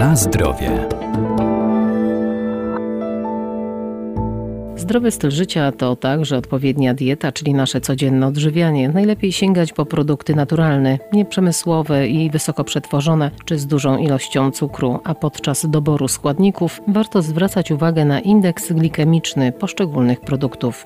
Na zdrowie. Zdrowy styl życia to także odpowiednia dieta, czyli nasze codzienne odżywianie. Najlepiej sięgać po produkty naturalne, nieprzemysłowe i wysoko przetworzone, czy z dużą ilością cukru, a podczas doboru składników warto zwracać uwagę na indeks glikemiczny poszczególnych produktów.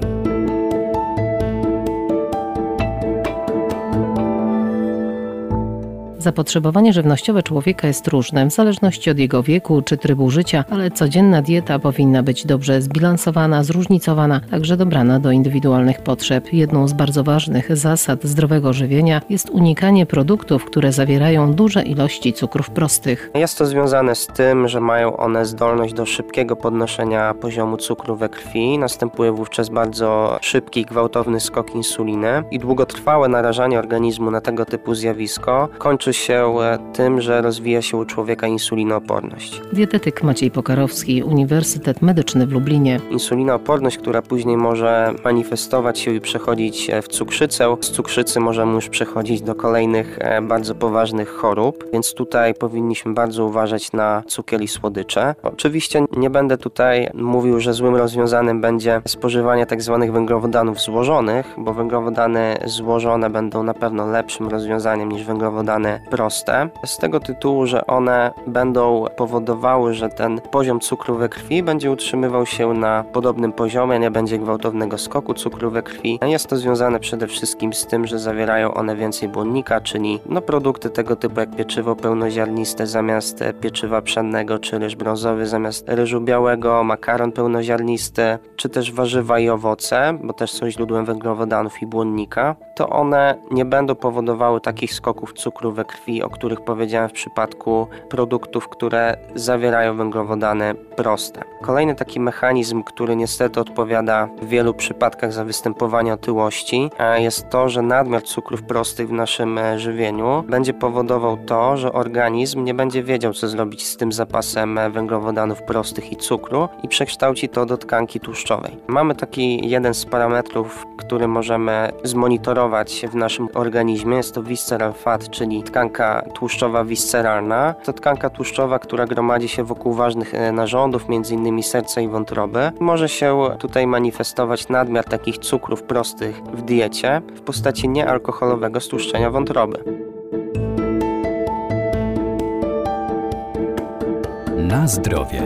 Zapotrzebowanie żywnościowe człowieka jest różne w zależności od jego wieku czy trybu życia, ale codzienna dieta powinna być dobrze zbilansowana, zróżnicowana, także dobrana do indywidualnych potrzeb. Jedną z bardzo ważnych zasad zdrowego żywienia jest unikanie produktów, które zawierają duże ilości cukrów prostych. Jest to związane z tym, że mają one zdolność do szybkiego podnoszenia poziomu cukru we krwi. Następuje wówczas bardzo szybki i gwałtowny skok insuliny i długotrwałe narażanie organizmu na tego typu zjawisko kończy się tym, że rozwija się u człowieka insulinooporność. Dietetyk Maciej Pokarowski, Uniwersytet Medyczny w Lublinie. Insulinooporność, która później może manifestować się i przechodzić w cukrzycę. Z cukrzycy możemy już przechodzić do kolejnych bardzo poważnych chorób, więc tutaj powinniśmy bardzo uważać na cukier i słodycze. Oczywiście nie będę tutaj mówił, że złym rozwiązanym będzie spożywanie tzw. węglowodanów złożonych, bo węglowodany złożone będą na pewno lepszym rozwiązaniem niż węglowodany proste, z tego tytułu, że one będą powodowały, że ten poziom cukru we krwi będzie utrzymywał się na podobnym poziomie, nie będzie gwałtownego skoku cukru we krwi. Jest to związane przede wszystkim z tym, że zawierają one więcej błonnika, czyli produkty tego typu jak pieczywo pełnoziarniste zamiast pieczywa pszennego, czy ryż brązowy zamiast ryżu białego, makaron pełnoziarnisty, czy też warzywa i owoce, bo też są źródłem węglowodanów i błonnika, to one nie będą powodowały takich skoków cukru we krwi, o których powiedziałem w przypadku produktów, które zawierają węglowodany proste. Kolejny taki mechanizm, który niestety odpowiada w wielu przypadkach za występowanie otyłości, jest to, że nadmiar cukrów prostych w naszym żywieniu będzie powodował to, że organizm nie będzie wiedział, co zrobić z tym zapasem węglowodanów prostych i cukru i przekształci to do tkanki tłuszczowej. Mamy taki jeden z parametrów, który możemy zmonitorować w naszym organizmie, jest to visceral fat, czyli tkanka tłuszczowa visceralna. To tkanka tłuszczowa, która gromadzi się wokół ważnych narządów, m.in. serca i wątroby. Może się tutaj manifestować nadmiar takich cukrów prostych w diecie w postaci niealkoholowego stłuszczenia wątroby. Na zdrowie.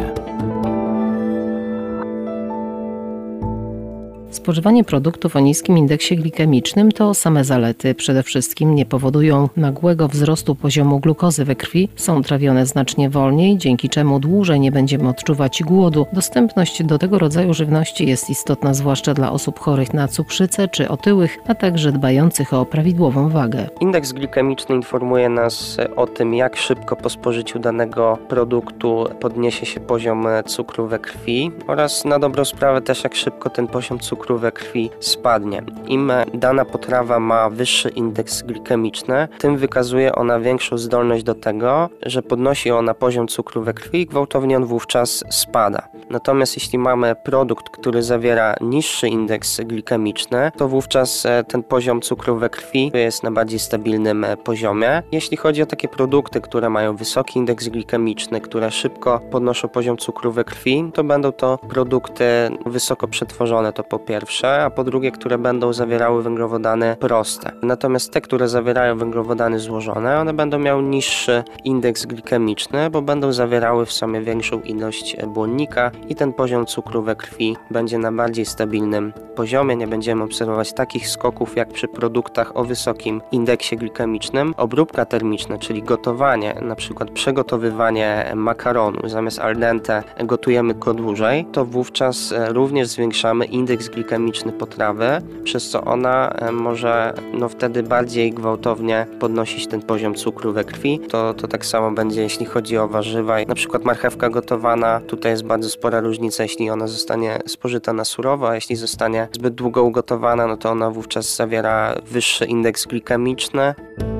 Spożywanie produktów o niskim indeksie glikemicznym to same zalety. Przede wszystkim nie powodują nagłego wzrostu poziomu glukozy we krwi, są trawione znacznie wolniej, dzięki czemu dłużej nie będziemy odczuwać głodu. Dostępność do tego rodzaju żywności jest istotna zwłaszcza dla osób chorych na cukrzycę czy otyłych, a także dbających o prawidłową wagę. Indeks glikemiczny informuje nas o tym, jak szybko po spożyciu danego produktu podniesie się poziom cukru we krwi oraz na dobrą sprawę też jak szybko ten poziom cukru we krwi spadnie. Im dana potrawa ma wyższy indeks glikemiczny, tym wykazuje ona większą zdolność do tego, że podnosi ona poziom cukru we krwi i gwałtownie on wówczas spada. Natomiast jeśli mamy produkt, który zawiera niższy indeks glikemiczny, to wówczas ten poziom cukru we krwi jest na bardziej stabilnym poziomie. Jeśli chodzi o takie produkty, które mają wysoki indeks glikemiczny, które szybko podnoszą poziom cukru we krwi, to będą to produkty wysoko przetworzone, to po pierwsze, a po drugie, które będą zawierały węglowodany proste. Natomiast te, które zawierają węglowodany złożone, one będą miały niższy indeks glikemiczny, bo będą zawierały w sobie większą ilość błonnika i ten poziom cukru we krwi będzie na bardziej stabilnym poziomie. Nie będziemy obserwować takich skoków jak przy produktach o wysokim indeksie glikemicznym. Obróbka termiczna, czyli gotowanie, na przykład przygotowywanie makaronu, zamiast al dente gotujemy go dłużej, to wówczas również zwiększamy indeks glikemiczny potrawy, przez co ona może wtedy bardziej gwałtownie podnosić ten poziom cukru we krwi. To tak samo będzie, jeśli chodzi o warzywa. Na przykład marchewka gotowana, tutaj jest bardzo spora różnica, jeśli ona zostanie spożyta na surowo, a jeśli zostanie zbyt długo ugotowana, no to ona wówczas zawiera wyższy indeks glikemiczny.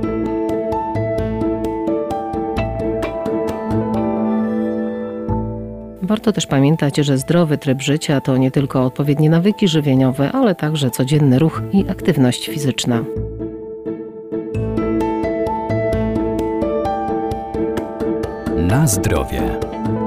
Warto też pamiętać, że zdrowy tryb życia to nie tylko odpowiednie nawyki żywieniowe, ale także codzienny ruch i aktywność fizyczna. Na zdrowie.